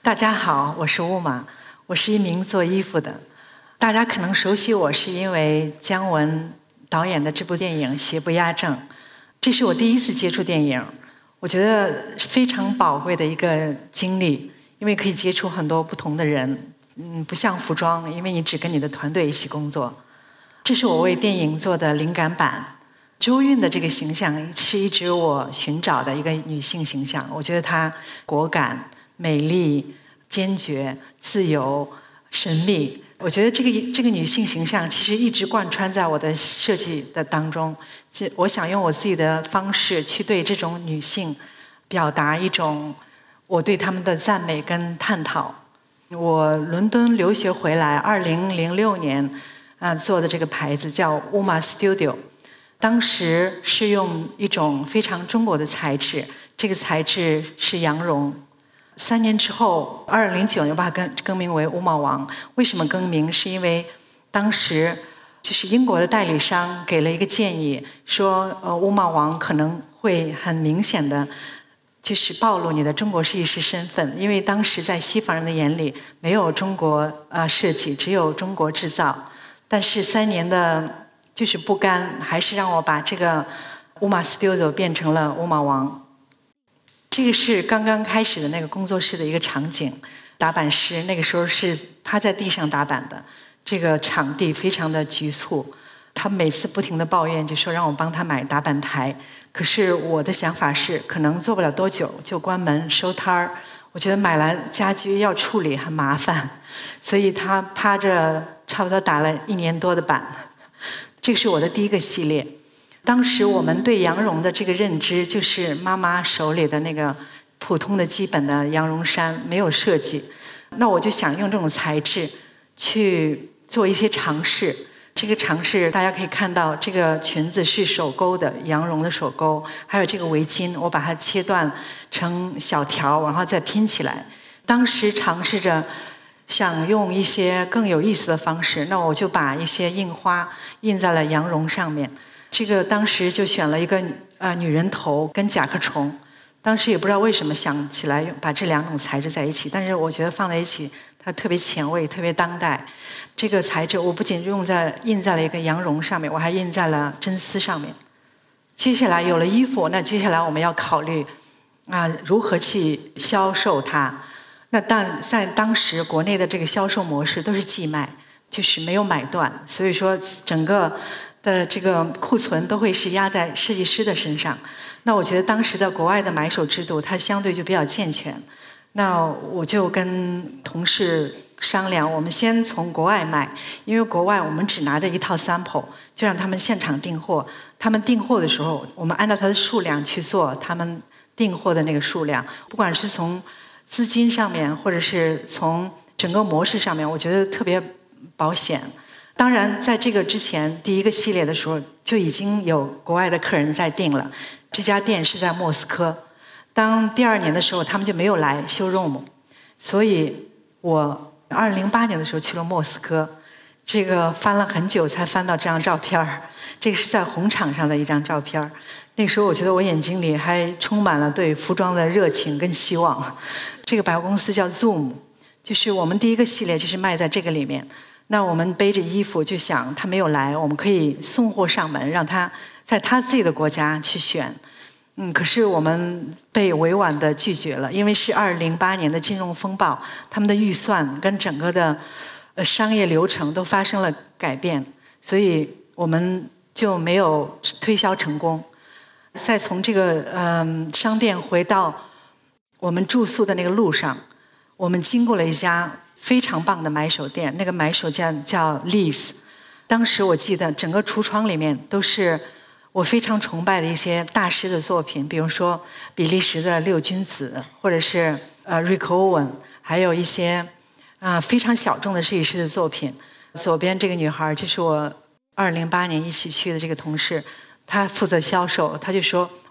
大家好，我是乌玛，我是一名做衣服的。大家可能熟悉我是因为姜文导演的这部电影《邪不压正》，这是我第一次接触电影，我觉得非常宝贵的一个经历，因为可以接触很多不同的人。不像服装，因为你只跟你的团队一起工作。这是我为电影做的灵感版。周韵的这个形象是一直我寻找的一个女性形象，我觉得她果敢、美丽、坚决、自由、神秘。我觉得这个女性形象其实一直贯穿在我的设计的当中。我想用我自己的方式去对这种女性表达一种我对她们的赞美跟探讨。我伦敦留学回来，2006年做的这个牌子叫 Uma Studio。当时是用一种非常中国的材质，这个材质是羊绒。3年之后，2009年把它更名为乌玛王。为什么更名？是因为当时就是英国的代理商给了一个建议，说乌玛王可能会很明显的就是暴露你的中国设计师身份，因为当时在西方人的眼里没有中国设计，只有中国制造。但是3年的就是不甘，还是让我把这个乌玛 Studio 变成了乌玛王。这个是刚刚开始的那个工作室的一个场景，打板师那个时候是趴在地上打板的，这个场地非常的局促，他每次不停的抱怨，就说让我帮他买打板台。可是我的想法是，可能做不了多久就关门收摊儿。我觉得买来家居要处理很麻烦，所以他趴着差不多打了1年多的板。这个是我的第一个系列。当时我们对羊绒的这个认知，就是妈妈手里的那个普通的基本的羊绒衫，没有设计。那我就想用这种材质去做一些尝试。这个尝试大家可以看到，这个裙子是手钩的，羊绒的手钩，还有这个围巾，我把它切断成小条，然后再拼起来。当时尝试着想用一些更有意思的方式，那我就把一些印花印在了羊绒上面。这个当时就选了一个女人头跟甲壳虫，当时也不知道为什么想起来把这2种材质在一起，但是我觉得放在一起它特别前卫，特别当代。这个材质我不仅印在了一个羊绒上面，我还印在了真丝上面。接下来有了衣服，那接下来我们要考虑如何去销售它。那在当时国内的这个销售模式都是寄卖，就是没有买断，所以说整个的这个库存都会是压在设计师的身上。那我觉得当时的国外的买手制度它相对就比较健全。那我就跟同事商量，我们先从国外买，因为国外我们只拿着一套 sample， 就让他们现场订货。他们订货的时候，我们按照它的数量去做他们订货的那个数量，不管是从资金上面，或者是从整个模式上面，我觉得特别保险。当然在这个之前第一个系列的时候就已经有国外的客人在订了，这家店是在莫斯科。当第2年的时候他们就没有来showroom，所以我2008年的时候去了莫斯科，这个翻了很久才翻到这张照片。这个是在红场上的一张照片。那个时候我觉得我眼睛里还充满了对服装的热情跟希望。这个百货公司叫 Zoom， 就是我们第一个系列就是卖在这个里面。那我们背着衣服就想他没有来，我们可以送货上门，让他在他自己的国家去选。可是我们被委婉的拒绝了，因为是2008年的金融风暴，他们的预算跟整个的商业流程都发生了改变，所以我们就没有推销成功。再从这个商店回到我们住宿的那个路上，我们经过了一家非常棒的买手店，那个买手店叫 Lees。 当时我记得整个橱窗里面都是我非常崇拜的一些大师的作品，比如说比利时的六君子，或者是Rick Owen， 还有一些非常小众的设计师的作品。左边这个女孩就是我2008年一起去的这个同事，她负责销售，她就说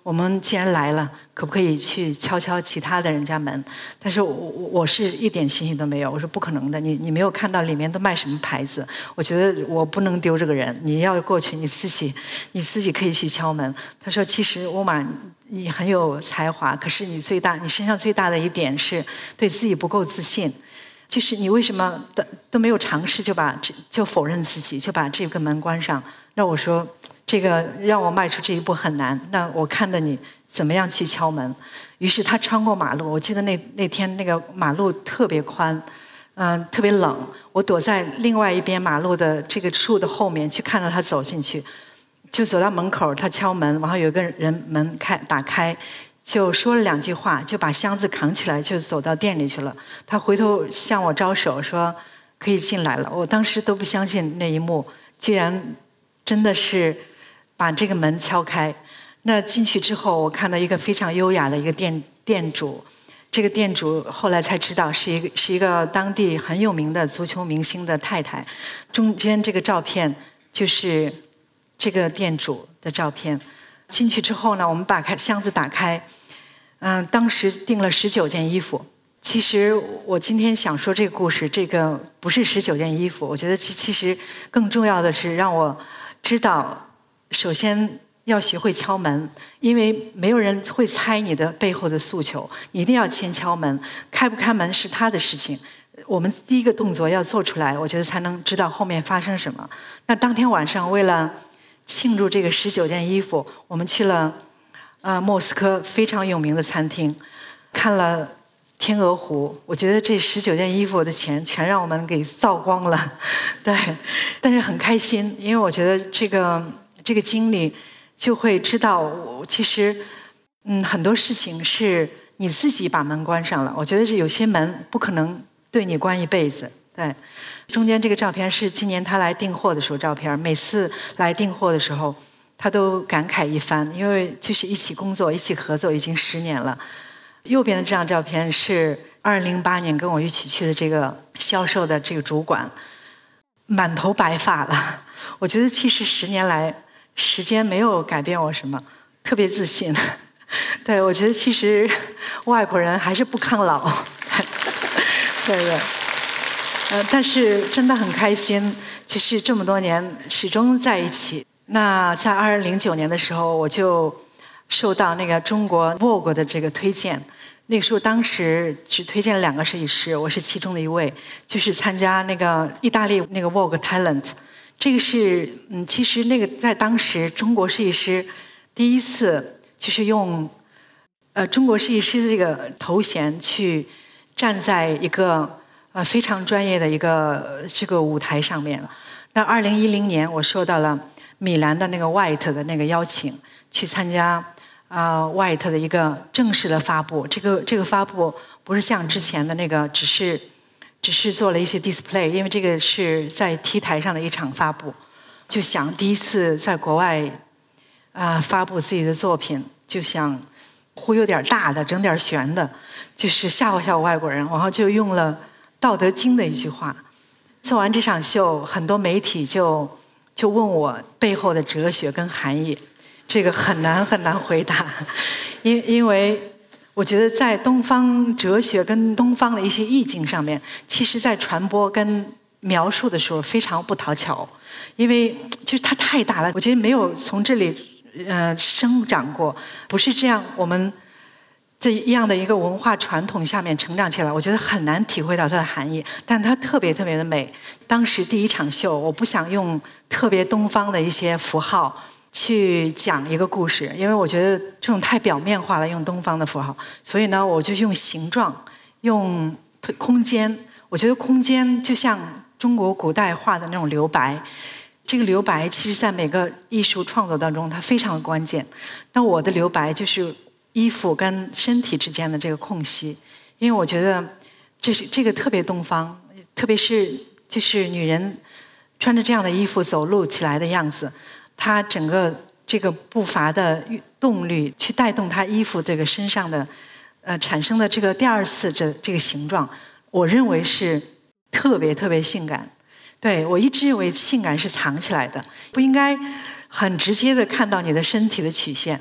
我们既然来了，可不可以去敲敲其他的人家门？但是我是一点信心都没有，我说不可能的，你没有看到里面都卖什么牌子？我觉得我不能丢这个人，你要过去你自己可以去敲门。他说其实乌玛你很有才华，可是你身上最大的一点是对自己不够自信。就是你为什么都没有尝试就否认自己，就把这个门关上？那我说这个让我迈出这一步很难，那我看着你怎么样去敲门。于是他穿过马路，我记得那天那个马路特别宽，特别冷，我躲在另外一边马路的这个树的后面去看着他走进去，就走到门口，他敲门，然后有个人门打开，就说了2句话，就把箱子扛起来，就走到店里去了。他回头向我招手说可以进来了。我当时都不相信那一幕，居然真的是把这个门敲开。那进去之后，我看到一个非常优雅的一个店主，这个店主后来才知道是一个当地很有名的足球明星的太太。中间这个照片就是这个店主的照片。进去之后呢，我们把箱子打开，当时订了19件衣服。其实我今天想说这个故事，这个不是19件衣服，我觉得其实更重要的是让我知道，首先要学会敲门，因为没有人会猜你的背后的诉求，你一定要先敲门，开不开门是他的事情。我们第一个动作要做出来，我觉得才能知道后面发生什么。那当天晚上为了庆祝这个19件衣服，我们去了莫斯科非常有名的餐厅，看了天鹅湖。我觉得这19件衣服的钱全让我们给造光了，对，但是很开心，因为我觉得这个经历就会知道，其实很多事情是你自己把门关上了。我觉得是有些门不可能对你关一辈子。对，中间这个照片是今年他来订货的时候照片，每次来订货的时候他都感慨一番，因为就是一起工作一起合作已经10年了。右边的这张照片是2008年跟我一起去的这个销售的这个主管，满头白发了。我觉得其实10年来时间没有改变我什么，特别自信。对，我觉得其实外国人还是不抗老。对对。但是真的很开心，其实这么多年始终在一起。那在2009年的时候，我就受到那个中国 Vogue 的这个推荐。那个时候当时只推荐了2个设计师，我是其中的一位，就是参加那个意大利那个 Vogue Talent。这个是其实那个在当时中国设计师第一次就是用中国设计师的这个头衔去站在一个非常专业的一个这个舞台上面。那2010年我受到了米兰的那个 White 的那个邀请，去参加White 的一个正式的发布。这个发布不是像之前的那个只是做了一些 display， 因为这个是在 T 台上的一场发布，就想第一次在国外发布自己的作品，就想忽悠点大的，整点悬的，就是吓唬吓唬外国人，然后就用了《道德经》的一句话。做完这场秀，很多媒体就问我背后的哲学跟含义，这个很难回答，因为我觉得在东方哲学跟东方的一些意境上面，其实在传播跟描述的时候非常不讨巧，因为就是它太大了，我觉得没有从这里生长过，不是这样我们这样的一个文化传统下面成长起来，我觉得很难体会到它的含义，但它特别的美。当时第一场秀，我不想用特别东方的一些符号去讲一个故事，因为我觉得这种太表面化了，用东方的符号，所以呢，我就用形状，用空间。我觉得空间就像中国古代画的那种留白，这个留白其实在每个艺术创作当中它非常的关键。那我的留白就是衣服跟身体之间的这个空隙，因为我觉得这个特别东方，特别是就是女人穿着这样的衣服走路起来的样子，她整个这个步伐的动力去带动她衣服这个身上的产生的这个第二次这个形状，我认为是特别性感。对，我一直认为性感是藏起来的，不应该很直接的看到你的身体的曲线，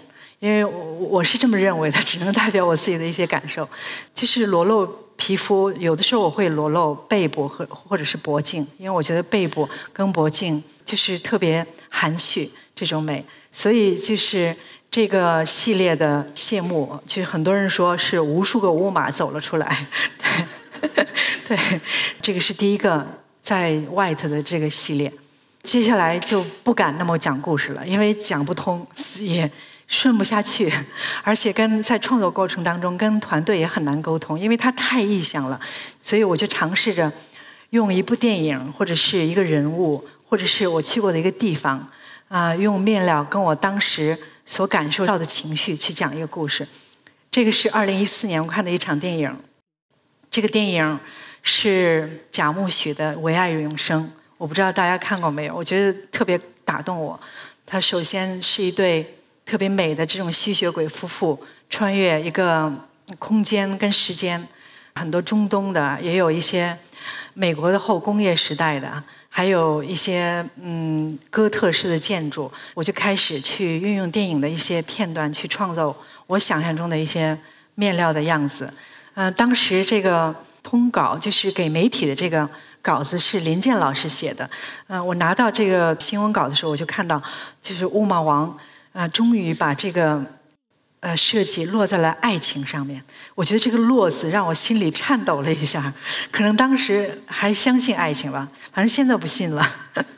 因为我是这么认为的，只能代表我自己的一些感受。就是裸露皮肤，有的时候我会裸露背部或者是脖颈，因为我觉得背部跟脖颈就是特别含蓄这种美，所以就是这个系列的谢幕，就是很多人说是无数个乌马走了出来。对，这个是第一个在 White 的这个系列。接下来就不敢那么讲故事了，因为讲不通也顺不下去，而且在创作过程当中跟团队也很难沟通，因为它太意象了。所以我就尝试着用一部电影或者是一个人物或者是我去过的一个地方用面料跟我当时所感受到的情绪去讲一个故事。这个是2014年我看的一场电影，这个电影是贾木许的《唯爱永生》，我不知道大家看过没有，我觉得特别打动我。它首先是一对特别美的这种吸血鬼夫妇，穿越一个空间跟时间，很多中东的，也有一些美国的后工业时代的，还有一些哥特式的建筑。我就开始去运用电影的一些片段去创造我想象中的一些面料的样子。当时这个通稿就是给媒体的这个稿子是林健老师写的。我拿到这个新闻稿的时候，我就看到就是乌马王终于把这个设计落在了爱情上面。我觉得这个落字让我心里颤抖了一下，可能当时还相信爱情吧，反正现在不信了。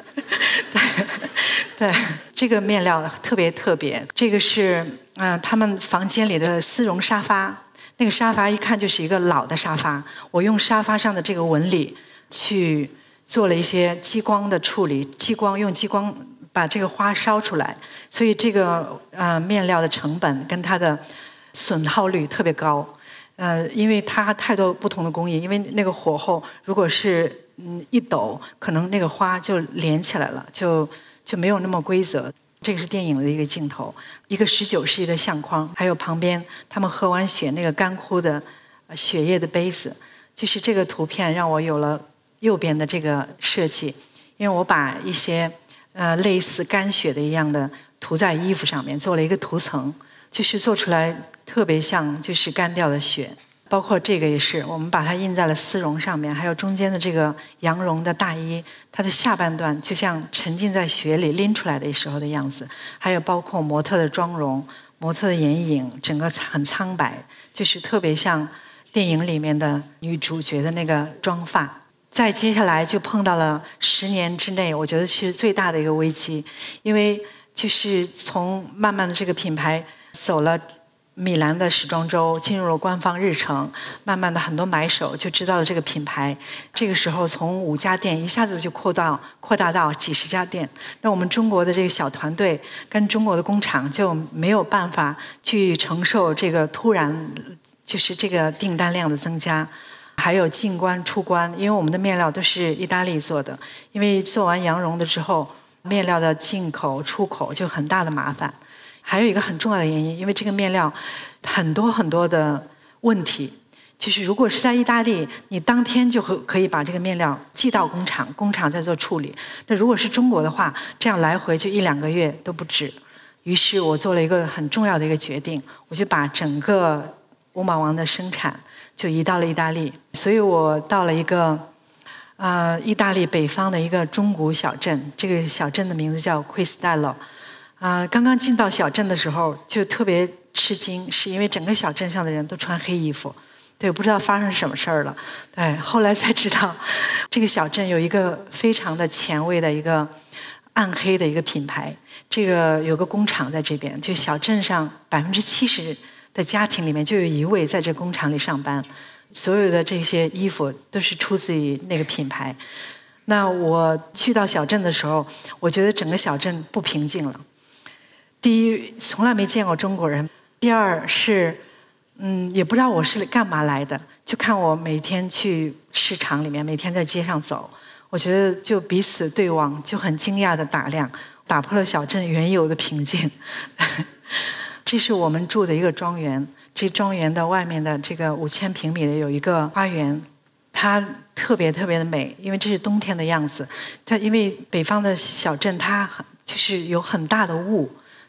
对，这个面料特别特别，这个是他们房间里的丝绒沙发。那个沙发一看就是一个老的沙发，我用沙发上的这个纹理去做了一些激光的处理，用激光把这个花烧出来，所以这个面料的成本跟它的损耗率特别高。因为它太多不同的工艺，因为那个火候如果是一抖，可能那个花就连起来了，就没有那么规则。这个是电影的一个镜头，一个19世纪的相框，还有旁边他们喝完血那个干枯的血液的杯子，就是这个图片让我有了右边的这个设计，因为我把一些类似干血的一样的涂在衣服上面，做了一个涂层，就是做出来特别像就是干掉的血。包括这个也是，我们把它印在了丝绒上面，还有中间的这个羊绒的大衣，它的下半段就像沉浸在雪里拎出来的时候的样子，还有包括模特的妆容、模特的眼影，整个很苍白，就是特别像电影里面的女主角的那个妆发。再接下来就碰到了10年之内，我觉得是最大的一个危机，因为就是从慢慢的这个品牌走了米兰的时装周，进入了官方日程，慢慢的很多买手就知道了这个品牌。这个时候从5家店一下子就扩大到几十家店，那我们中国的这个小团队跟中国的工厂就没有办法去承受这个突然就是这个订单量的增加，还有进关出关，因为我们的面料都是意大利做的，因为做完羊绒的之后，面料的进口出口就很大的麻烦。还有一个很重要的原因，因为这个面料很多的问题，就是如果是在意大利，你当天就可以把这个面料寄到工厂，工厂再做处理。那如果是中国的话，这样来回就1-2个月都不止。于是我做了一个很重要的一个决定，我就把整个乌马王的生产就移到了意大利。所以我到了一个意大利北方的一个中古小镇，这个小镇的名字叫 Quistello。刚刚进到小镇的时候就特别吃惊，是因为整个小镇上的人都穿黑衣服，对，不知道发生什么事儿了。对，后来才知道，这个小镇有一个非常的前卫的一个暗黑的一个品牌，这个有个工厂在这边，就小镇上70%的家庭里面就有1位在这工厂里上班，所有的这些衣服都是出自于那个品牌。那我去到小镇的时候，我觉得整个小镇不平静了。第一，从来没见过中国人；第二是，也不知道我是干嘛来的。就看我每天去市场里面，每天在街上走，我觉得就彼此对望，就很惊讶的打量，打破了小镇原有的平静。这是我们住的一个庄园，这庄园的外面的这个5000平米的有一个花园，它特别的美，因为这是冬天的样子。它因为北方的小镇，它就是有很大的雾。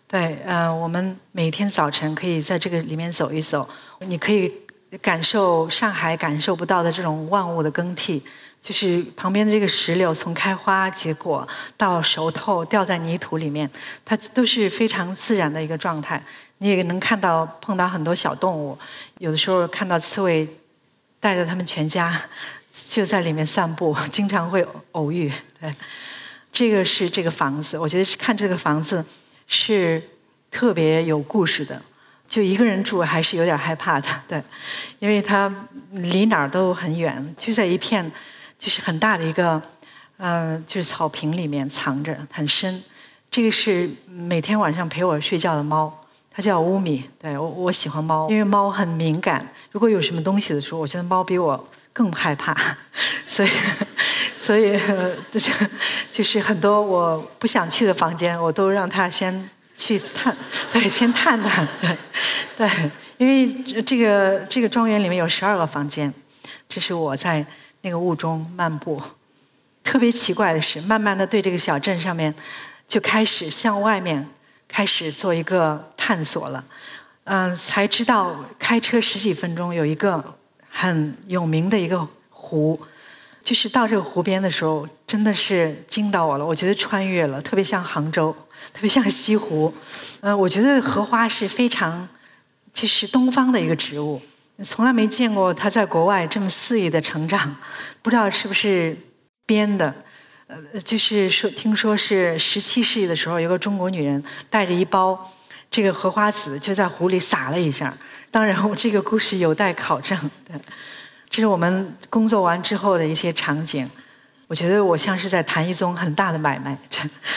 对，我们每天早晨可以在这个里面走一走，你可以感受上海感受不到的这种万物的更替，就是旁边的这个石榴从开花结果到熟透掉在泥土里面，它都是非常自然的一个状态。你也能看到碰到很多小动物，有的时候看到刺猬带着他们全家就在里面散步，经常会偶遇。对，这个是这个房子，我觉得看这个房子是特别有故事的。就一个人住还是有点害怕的，对，因为它离哪儿都很远，就在一片就是很大的一个就是草坪里面藏着，很深。这个是每天晚上陪我睡觉的猫，它叫乌米。对，我喜欢猫，因为猫很敏感，如果有什么东西的时候，我觉得猫比我更害怕，所以就是很多我不想去的房间，我都让它先去探，对，先探探，对，因为这个庄园里面有12个房间，这是我在那个雾中漫步。特别奇怪的是，慢慢的对这个小镇上面就开始向外面开始做一个探索了。才知道开车10几分钟有一个很有名的一个湖，就是到这个湖边的时候，真的是惊到我了。我觉得穿越了，特别像杭州，特别像西湖。我觉得荷花是非常就是东方的一个植物，从来没见过它在国外这么肆意的成长，不知道是不是编的。就是说，听说是17世纪的时候，有个中国女人带着一包这个荷花籽，就在湖里撒了一下。当然，这个故事有待考证。对，这是我们工作完之后的一些场景。我觉得我像是在谈一宗很大的买卖。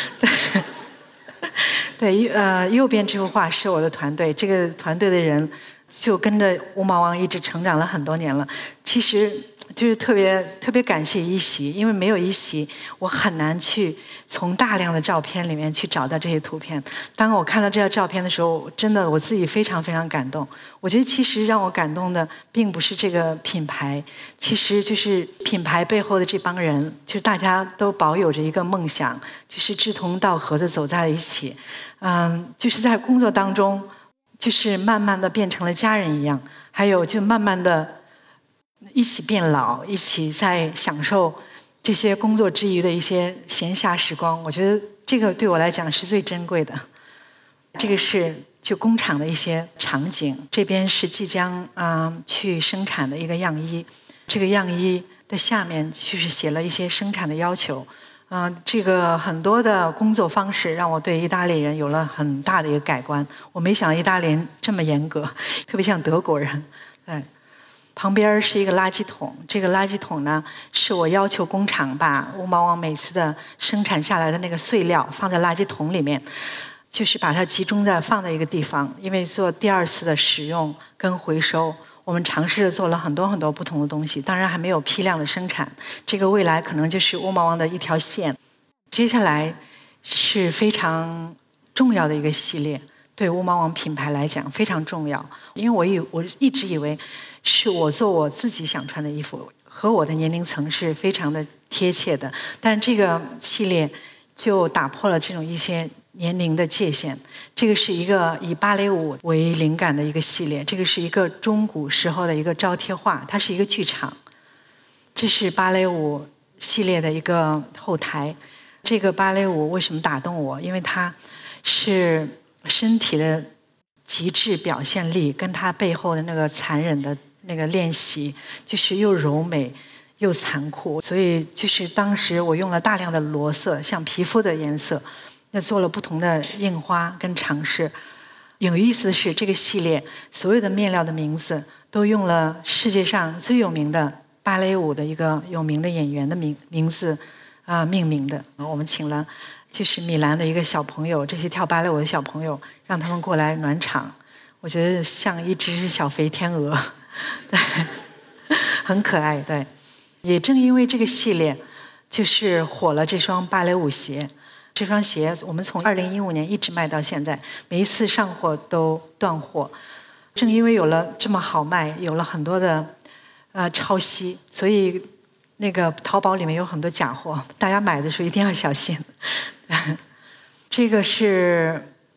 对，右边这幅画是我的团队，这个团队的人就跟着乌毛王一直成长了很多年了。其实就是特别感谢一席，因为没有一席，我很难去从大量的照片里面去找到这些图片。当我看到这张照片的时候，真的我自己非常非常感动。我觉得其实让我感动的并不是这个品牌，其实就是品牌背后的这帮人，就是大家都保有着一个梦想，就是志同道合的走在了一起。就是在工作当中，就是慢慢的变成了家人一样，还有就慢慢的一起变老，一起在享受这些工作之余的一些闲暇时光。我觉得这个对我来讲是最珍贵的。这个是就工厂的一些场景，这边是即将去生产的一个样衣，这个样衣的下面就是写了一些生产的要求。这个很多的工作方式让我对意大利人有了很大的一个改观。我没想到意大利人这么严格，特别像德国人。对，旁边是一个垃圾桶，这个垃圾桶呢是我要求工厂把乌毛王每次的生产下来的那个碎料放在垃圾桶里面，就是把它集中在放在一个地方，因为做第2次的使用跟回收。我们尝试着做了很多很多不同的东西，当然还没有批量的生产。这个未来可能就是乌毛王的一条线。接下来是非常重要的一个系列，对乌毛王品牌来讲非常重要。因为我一直以为是我做我自己想穿的衣服，和我的年龄层是非常的贴切的。但这个系列就打破了这种一些年龄的界限。这个是一个以芭蕾舞为灵感的一个系列，这个是一个中古时候的一个招贴画，它是一个剧场。这是芭蕾舞系列的一个后台。这个芭蕾舞为什么打动我？因为它是身体的极致表现力，跟它背后的那个残忍的那个练习，就是又柔美又残酷。所以就是当时我用了大量的裸色，像皮肤的颜色，那做了不同的印花跟尝试。有意思的是，这个系列所有的面料的名字都用了世界上最有名的芭蕾舞的一个有名的演员的名字命名的。我们请了就是米兰的一个小朋友，这些跳芭蕾舞的小朋友，让他们过来暖场。我觉得像一只小肥天鹅，对，很可爱。对，也正因为这个系列，就是火了这双芭蕾舞鞋。这双鞋我们从2015年一直卖到现在，每一次上货都断货。正因为有了这么好卖，有了很多的抄袭，所以那个淘宝里面有很多假货，大家买的时候一定要小心。这个是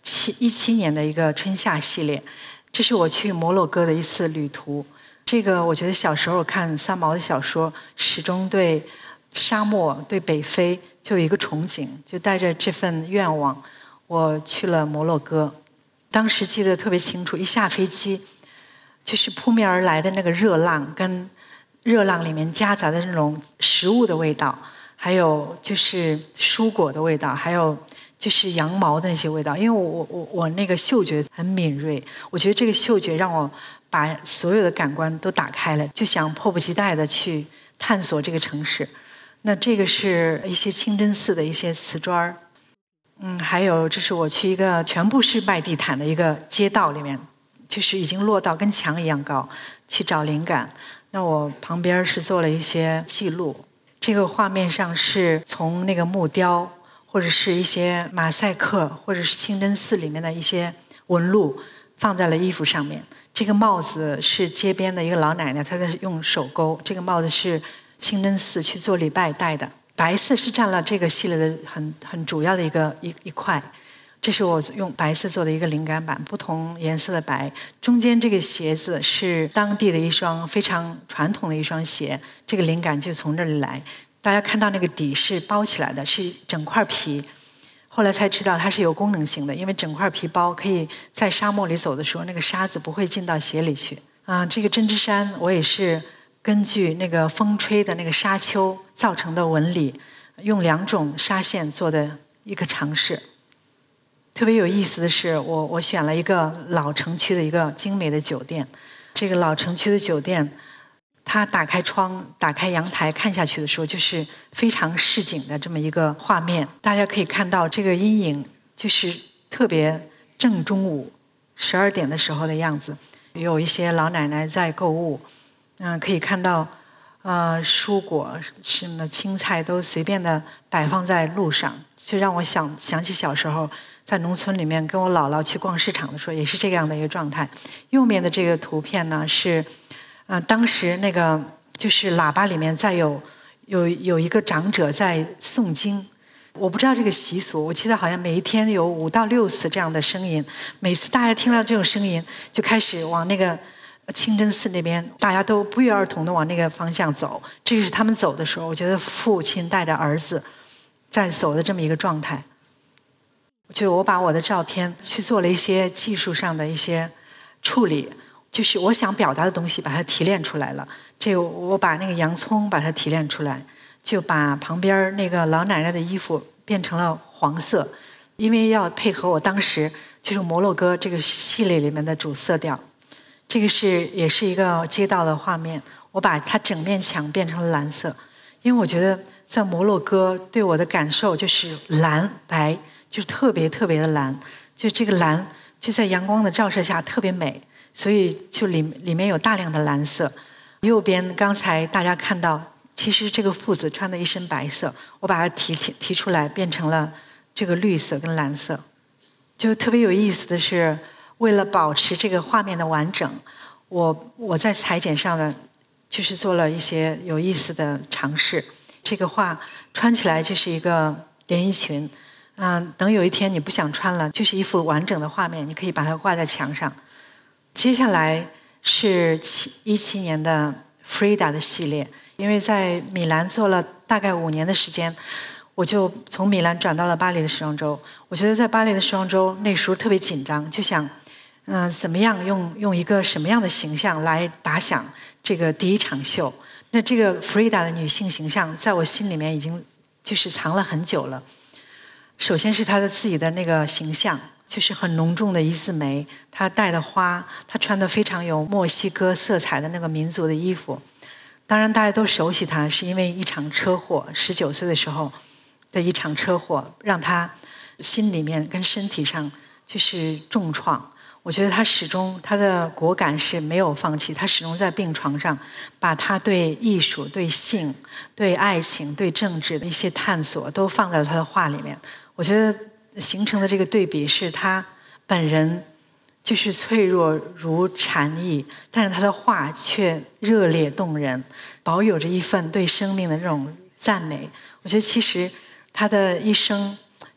2017年的一个春夏系列，这是我去摩洛哥的一次旅途。这个我觉得小时候看三毛的小说，始终对沙漠、对北非就有一个憧憬，就带着这份愿望，我去了摩洛哥。当时记得特别清楚，一下飞机，就是扑面而来的那个热浪，跟热浪里面夹杂的那种食物的味道，还有就是蔬果的味道，还有就是羊毛的那些味道。因为我那个嗅觉很敏锐，我觉得这个嗅觉让我把所有的感官都打开了，就想迫不及待的去探索这个城市。那这个是一些清真寺的一些瓷砖，还有这是我去一个全部是卖地毯的一个街道里面，就是已经落到跟墙一样高，去找灵感。那我旁边是做了一些记录，这个画面上是从那个木雕，或者是一些马赛克，或者是清真寺里面的一些纹路放在了衣服上面。这个帽子是街边的一个老奶奶，她在用手钩，这个帽子是清真寺去做礼拜戴的。白色是占了这个系列的很主要的一块，这是我用白色做的一个灵感板，不同颜色的白。中间这个鞋子是当地的一双非常传统的一双鞋，这个灵感就从这里来。大家看到那个底是包起来的，是整块皮。后来才知道它是有功能性的，因为整块皮包可以在沙漠里走的时候，那个沙子不会进到鞋里去。这个针织衫我也是根据那个风吹的那个沙丘造成的纹理，用2种纱线做的一个尝试。特别有意思的是，我选了一个老城区的一个精美的酒店。这个老城区的酒店，它打开窗、打开阳台看下去的时候，就是非常市井的这么一个画面。大家可以看到这个阴影，就是特别正中午12点的时候的样子，有一些老奶奶在购物。可以看到，蔬果什么青菜都随便的摆放在路上，就让我想起小时候在农村里面跟我姥姥去逛市场的时候，也是这样的一个状态。右面的这个图片呢是，当时那个就是喇叭里面再有一个长者在诵经。我不知道这个习俗，我记得好像每一天有5到6次这样的声音，每次大家听到这种声音，就开始往那个清真寺那边，大家都不约而同的往那个方向走。这是他们走的时候，我觉得父亲带着儿子在走的这么一个状态。就我把我的照片去做了一些技术上的一些处理，就是我想表达的东西把它提炼出来了。我把那个洋葱把它提炼出来，就把旁边那个老奶奶的衣服变成了黄色，因为要配合我当时就是摩洛哥这个系列里面的主色调。这个也是一个街道的画面，我把它整面墙变成了蓝色，因为我觉得在摩洛哥对我的感受就是蓝白，就是特别特别的蓝，就这个蓝就在阳光的照射下特别美，所以就里面有大量的蓝色。右边刚才大家看到，其实这个父子穿的一身白色，我把它提出来变成了这个绿色跟蓝色。就特别有意思的是，为了保持这个画面的完整，我在裁剪上呢，就是做了一些有意思的尝试。这个画穿起来就是一个连衣裙，等有一天你不想穿了，就是一幅完整的画面，你可以把它挂在墙上。接下来是2017年的 Frida 的系列，因为在米兰做了大概5年的时间，我就从米兰转到了巴黎的时装周。我觉得在巴黎的时装周那时候特别紧张，就想怎么样用一个什么样的形象来打响这个第一场秀。那这个 Frida 的女性形象在我心里面已经就是藏了很久了。首先是她的自己的那个形象，就是很浓重的一字眉，她戴的花，她穿的非常有墨西哥色彩的那个民族的衣服。当然大家都熟悉她是因为一场车祸，19岁的时候的一场车祸，让她心里面跟身体上就是重创。我觉得她的果敢是没有放弃，她始终在病床上把她对艺术、对性、对爱情、对政治的一些探索都放在了她的画里面。我觉得形成的这个对比是她本人就是脆弱如蝉翼，但是她的画却热烈动人，保有着一份对生命的这种赞美。我觉得其实她的一生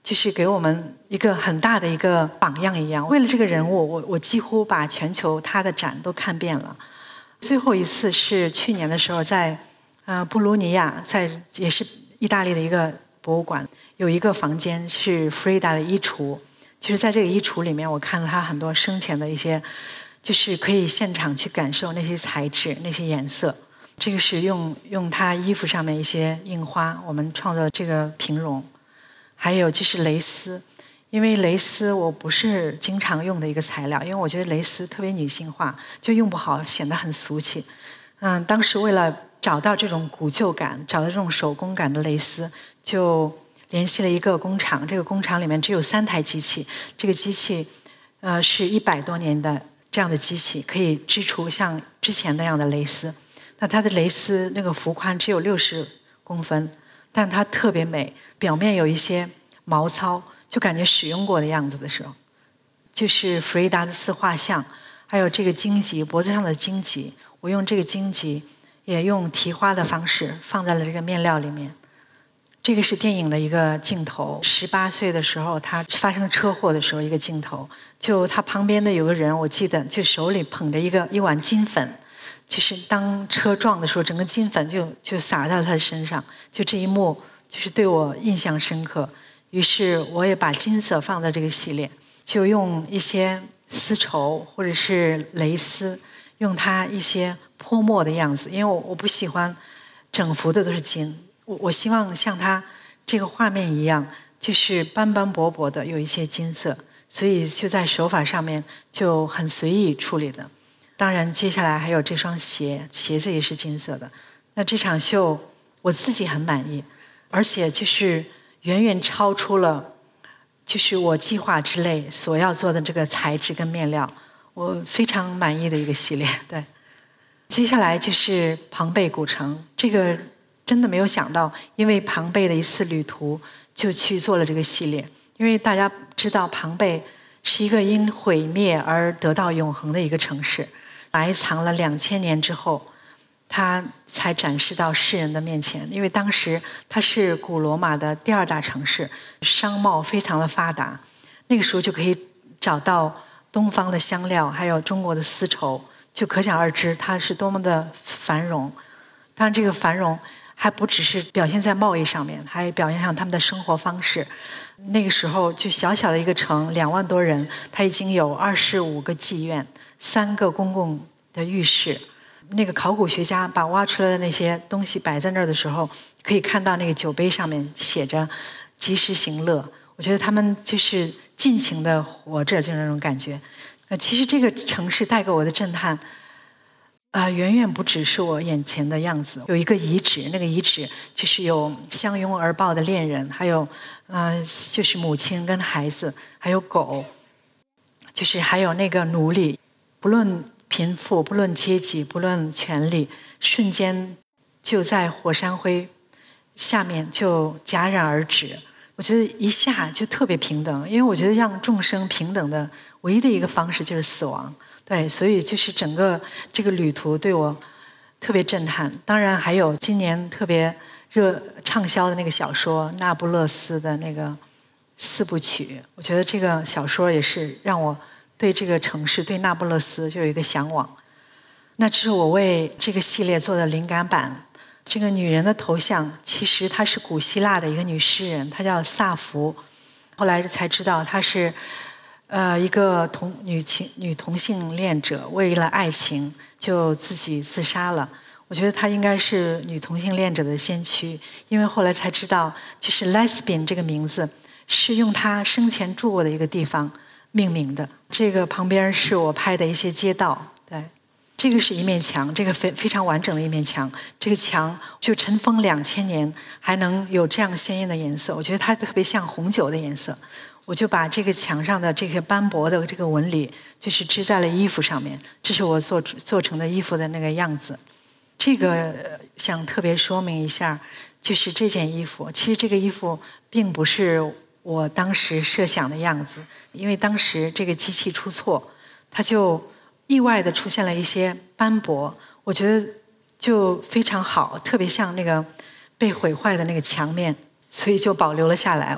就是给我们一个很大的一个榜样一样。为了这个人物，我几乎把全球他的展都看遍了。最后一次是去年的时候在布鲁尼亚，也是意大利的一个博物馆，有一个房间是弗里达的衣橱，就是在这个衣橱里面，我看了他很多生前的一些，就是可以现场去感受那些材质、那些颜色。这个是用他衣服上面一些印花，我们创造的这个平绒。还有就是蕾丝，因为蕾丝我不是经常用的一个材料，因为我觉得蕾丝特别女性化，就用不好，显得很俗气。当时为了找到这种古旧感，找到这种手工感的蕾丝，就联系了一个工厂。这个工厂里面只有3台机器，这个机器是100多年的这样的机器，可以织出像之前那样的蕾丝。那它的蕾丝那个幅宽只有60公分，但它特别美，表面有一些毛糙，就感觉使用过的样子的时候，就是弗里达的4画像，还有这个荆棘，脖子上的荆棘，我用这个荆棘也用提花的方式放在了这个面料里面。这个是电影的一个镜头，18岁的时候他发生车祸的时候一个镜头，就他旁边的有个人，我记得就手里捧着一碗金粉，就是当车撞的时候，整个金粉就洒在了他身上，就这一幕就是对我印象深刻。于是我也把金色放在这个系列，就用一些丝绸或者是蕾丝，用它一些泼墨的样子，因为我不喜欢整幅的都是金，我希望像它这个画面一样，就是斑斑驳驳的有一些金色，所以就在手法上面就很随意处理的。当然接下来还有这双鞋子也是金色的。那这场秀我自己很满意，而且就是远远超出了就是我计划之内所要做的这个材质跟面料，我非常满意的一个系列。对，接下来就是庞贝古城，这个真的没有想到，因为庞贝的一次旅途就去做了这个系列。因为大家知道庞贝是一个因毁灭而得到永恒的一个城市，埋藏了2000年之后，它才展示到世人的面前。因为当时它是古罗马的第2大城市，商贸非常的发达，那个时候就可以找到东方的香料，还有中国的丝绸，就可想而知它是多么的繁荣。当然这个繁荣还不只是表现在贸易上面，还表现上他们的生活方式。那个时候就小小的一个城，2万多人，它已经有25个妓院，3个公共的浴室。那个考古学家把挖出来的那些东西摆在那儿的时候，可以看到那个酒杯上面写着及时行乐。我觉得他们就是尽情的活着，就那种感觉。其实这个城市带给我的震撼远远不只是我眼前的样子。有一个遗址，那个遗址就是有相拥而抱的恋人，还有就是母亲跟孩子，还有狗，就是还有那个奴隶，不论贫富，不论阶级，不论权力，瞬间就在火山灰下面就戛然而止。我觉得一下就特别平等，因为我觉得让众生平等的唯一的一个方式就是死亡。对，所以就是整个这个旅途对我特别震撼。当然还有今年特别畅销的那个小说《那不勒斯》的那个4部曲，我觉得这个小说也是让我对这个城市，对那不勒斯就有一个向往。那这是我为这个系列做的灵感版。这个女人的头像其实她是古希腊的一个女诗人，她叫萨福。后来才知道她是一个女同性恋者，为了爱情就自己自杀了。我觉得她应该是女同性恋者的先驱，因为后来才知道，就是 lesbian 这个名字是用她生前住过的一个地方命名的。这个旁边是我拍的一些街道，对，这个是一面墙，这个非常完整的一面墙。这个墙就尘封2000年，还能有这样鲜艳的颜色，我觉得它特别像红酒的颜色。我就把这个墙上的这个斑驳的这个纹理，就是织在了衣服上面。这是我做成的衣服的那个样子。这个想特别说明一下，就是这件衣服，其实这个衣服并不是我当时设想的样子，因为当时这个机器出错，它就意外的出现了一些斑驳，我觉得就非常好，特别像那个被毁坏的那个墙面，所以就保留了下来。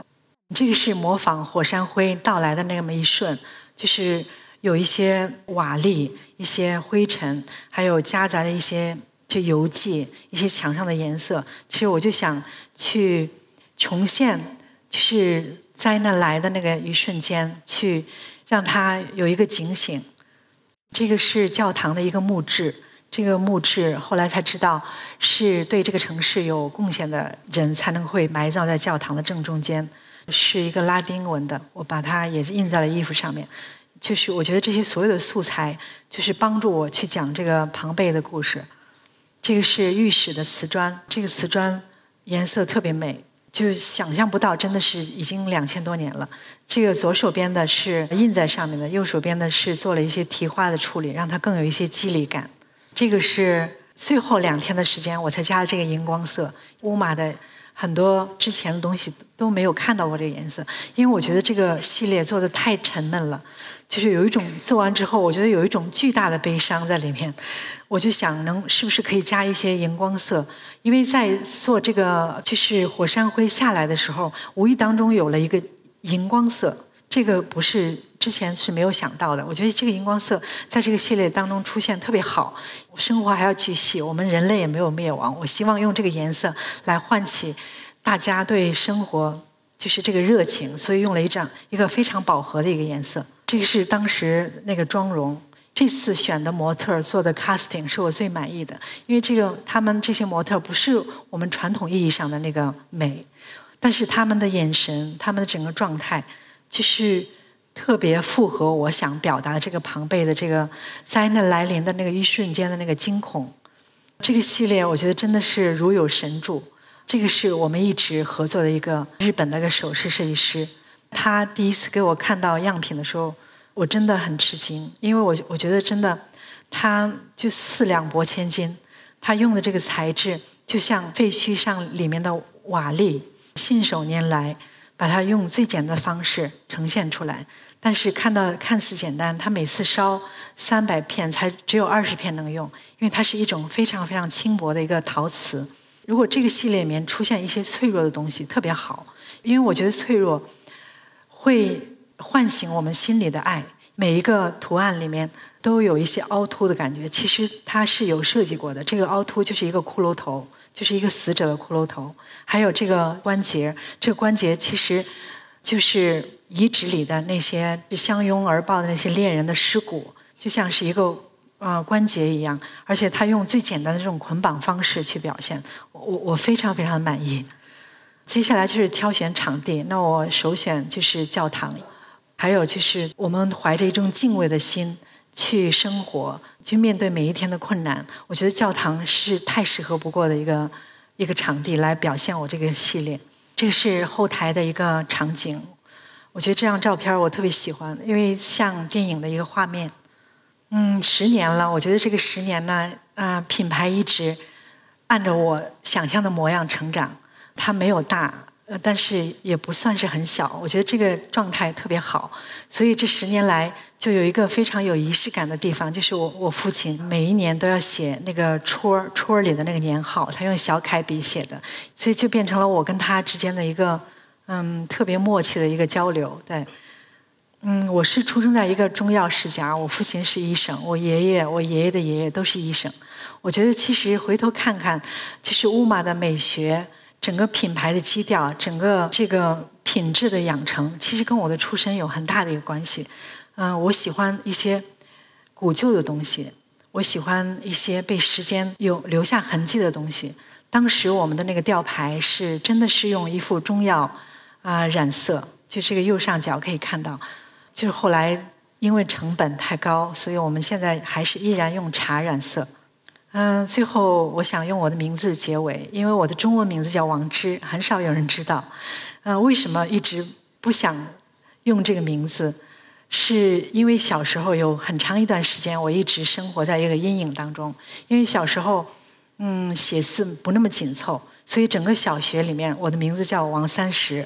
这个是模仿火山灰到来的那么一瞬，就是有一些瓦砾、一些灰尘，还有夹杂着一些就油迹、一些墙上的颜色。其实我就想去重现，就是灾难来的那个一瞬间，去让它有一个警醒。这个是教堂的一个墓志，这个墓志后来才知道是对这个城市有贡献的人才能会埋葬在教堂的正中间。是一个拉丁文的，我把它也印在了衣服上面。就是我觉得这些所有的素材，就是帮助我去讲这个庞贝的故事。这个是玉石的瓷砖，这个瓷砖颜色特别美，就想象不到，真的是已经2000多年了。这个左手边的是印在上面的，右手边的是做了一些提花的处理，让它更有一些肌理感。这个是最后2天的时间，我才加了这个荧光色。乌马的很多之前的东西都没有看到过这个颜色，因为我觉得这个系列做的太沉闷了，就是有一种做完之后，我觉得有一种巨大的悲伤在里面。我就想是不是可以加一些荧光色，因为在做这个就是火山灰下来的时候，无意当中有了一个荧光色，这个不是之前是没有想到的。我觉得这个荧光色在这个系列当中出现特别好。生活还要继续，我们人类也没有灭亡。我希望用这个颜色来唤起大家对生活就是这个热情，所以用了一个非常饱和的一个颜色。这个是当时那个妆容，这次选的模特做的 casting 是我最满意的，因为他们这些模特不是我们传统意义上的那个美，但是他们的眼神，他们的整个状态，就是特别符合我想表达的这个庞贝的这个灾难来临的那个一瞬间的那个惊恐。这个系列我觉得真的是如有神助。这个是我们一直合作的一个日本的一个首饰设计师，他第一次给我看到样品的时候，我真的很吃惊，因为我觉得真的，他就4两拨千斤，他用的这个材质就像废墟上里面的瓦砾，信手拈来，把它用最简单的方式呈现出来。但是看似简单，它每次烧300片才只有20片能用，因为它是一种非常非常轻薄的一个陶瓷。如果这个系列里面出现一些脆弱的东西，特别好，因为我觉得脆弱会唤醒我们心里的爱。每一个图案里面都有一些凹凸的感觉，其实它是有设计过的。这个凹凸就是一个骷髅头，就是一个死者的骷髅头，还有这个关节，这个关节其实就是遗址里的那些相拥而抱的那些恋人的尸骨，就像是一个关节一样，而且他用最简单的这种捆绑方式去表现，我非常非常的满意。接下来就是挑选场地，那我首选就是教堂，还有就是我们怀着一种敬畏的心去生活，去面对每一天的困难。我觉得教堂是太适合不过的一个场地来表现我这个系列。这个是后台的一个场景，我觉得这张照片我特别喜欢，因为像电影的一个画面。10年了，我觉得这个10年呢，品牌一直按照我想象的模样成长。它没有大，但是也不算是很小。我觉得这个状态特别好，所以这10年来就有一个非常有仪式感的地方，就是我父亲每一年都要写那个戳里的那个年号，他用小楷笔写的，所以就变成了我跟他之间的一个特别默契的一个交流。对。我是出生在一个中药世家，我父亲是医生，我爷爷的爷爷都是医生。我觉得其实回头看看，就是乌马的美学，整个品牌的基调，整个这个品质的养成，其实跟我的出身有很大的一个关系。我喜欢一些古旧的东西，我喜欢一些被时间有留下痕迹的东西。当时我们的那个吊牌是真的是用一副中药染色，就这个右上角可以看到。就是后来因为成本太高，所以我们现在还是依然用茶染色。最后我想用我的名字结尾，因为我的中文名字叫王芝，很少有人知道。为什么一直不想用这个名字？是因为小时候有很长一段时间，我一直生活在一个阴影当中。因为小时候，写字不那么紧凑，所以整个小学里面，我的名字叫王30。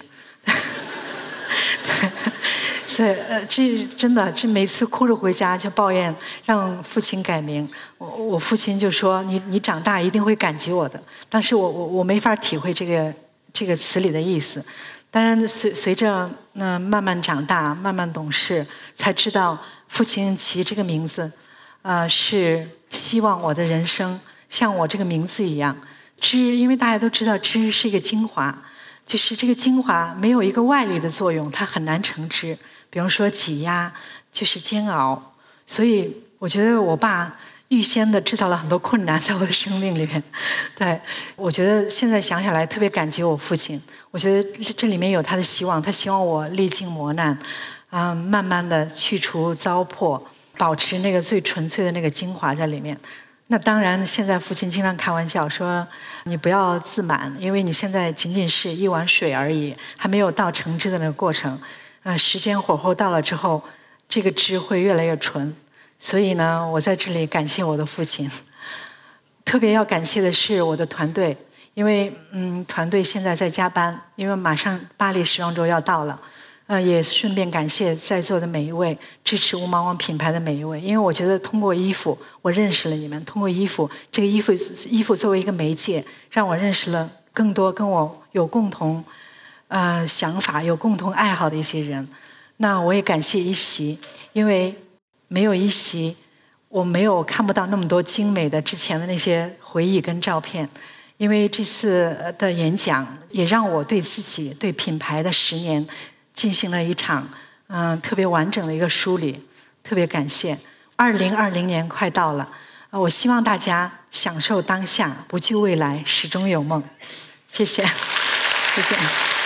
所以这真的，这每次哭着回家就抱怨让父亲改名，我父亲就说你长大一定会感激我的。当时我没法体会这个词里的意思， 当然随着慢慢长大，慢慢懂事，才知道父亲起这个名字，是希望我的人生像我这个名字一样。脂，因为大家都知道脂是一个精华，就是这个精华没有一个外力的作用，它很难成脂。比如说挤压，就是煎熬。所以我觉得我爸预先的制造了很多困难在我的生命里面。对，我觉得现在想起来特别感激我父亲。我觉得这里面有他的希望，他希望我历经磨难，慢慢的去除糟粕，保持那个最纯粹的那个精华在里面。那当然，现在父亲经常开玩笑说：“你不要自满，因为你现在仅仅是一碗水而已，还没有到成汁的那个过程。时间火候到了之后，这个汁会越来越纯。”所以呢，我在这里感谢我的父亲。特别要感谢的是我的团队，因为团队现在在加班，因为马上巴黎时装周要到了。也顺便感谢在座的每一位支持无毛王品牌的每一位，因为我觉得通过衣服我认识了你们，通过衣服，这个衣服作为一个媒介，让我认识了更多跟我有共同想法、有共同爱好的一些人。那我也感谢一席，因为没有一席，我看不到那么多精美的之前的那些回忆跟照片。因为这次的演讲也让我对自己、对品牌的10年进行了一场特别完整的一个梳理，特别感谢。2020年快到了，我希望大家享受当下，不惧未来，始终有梦。谢谢，谢谢。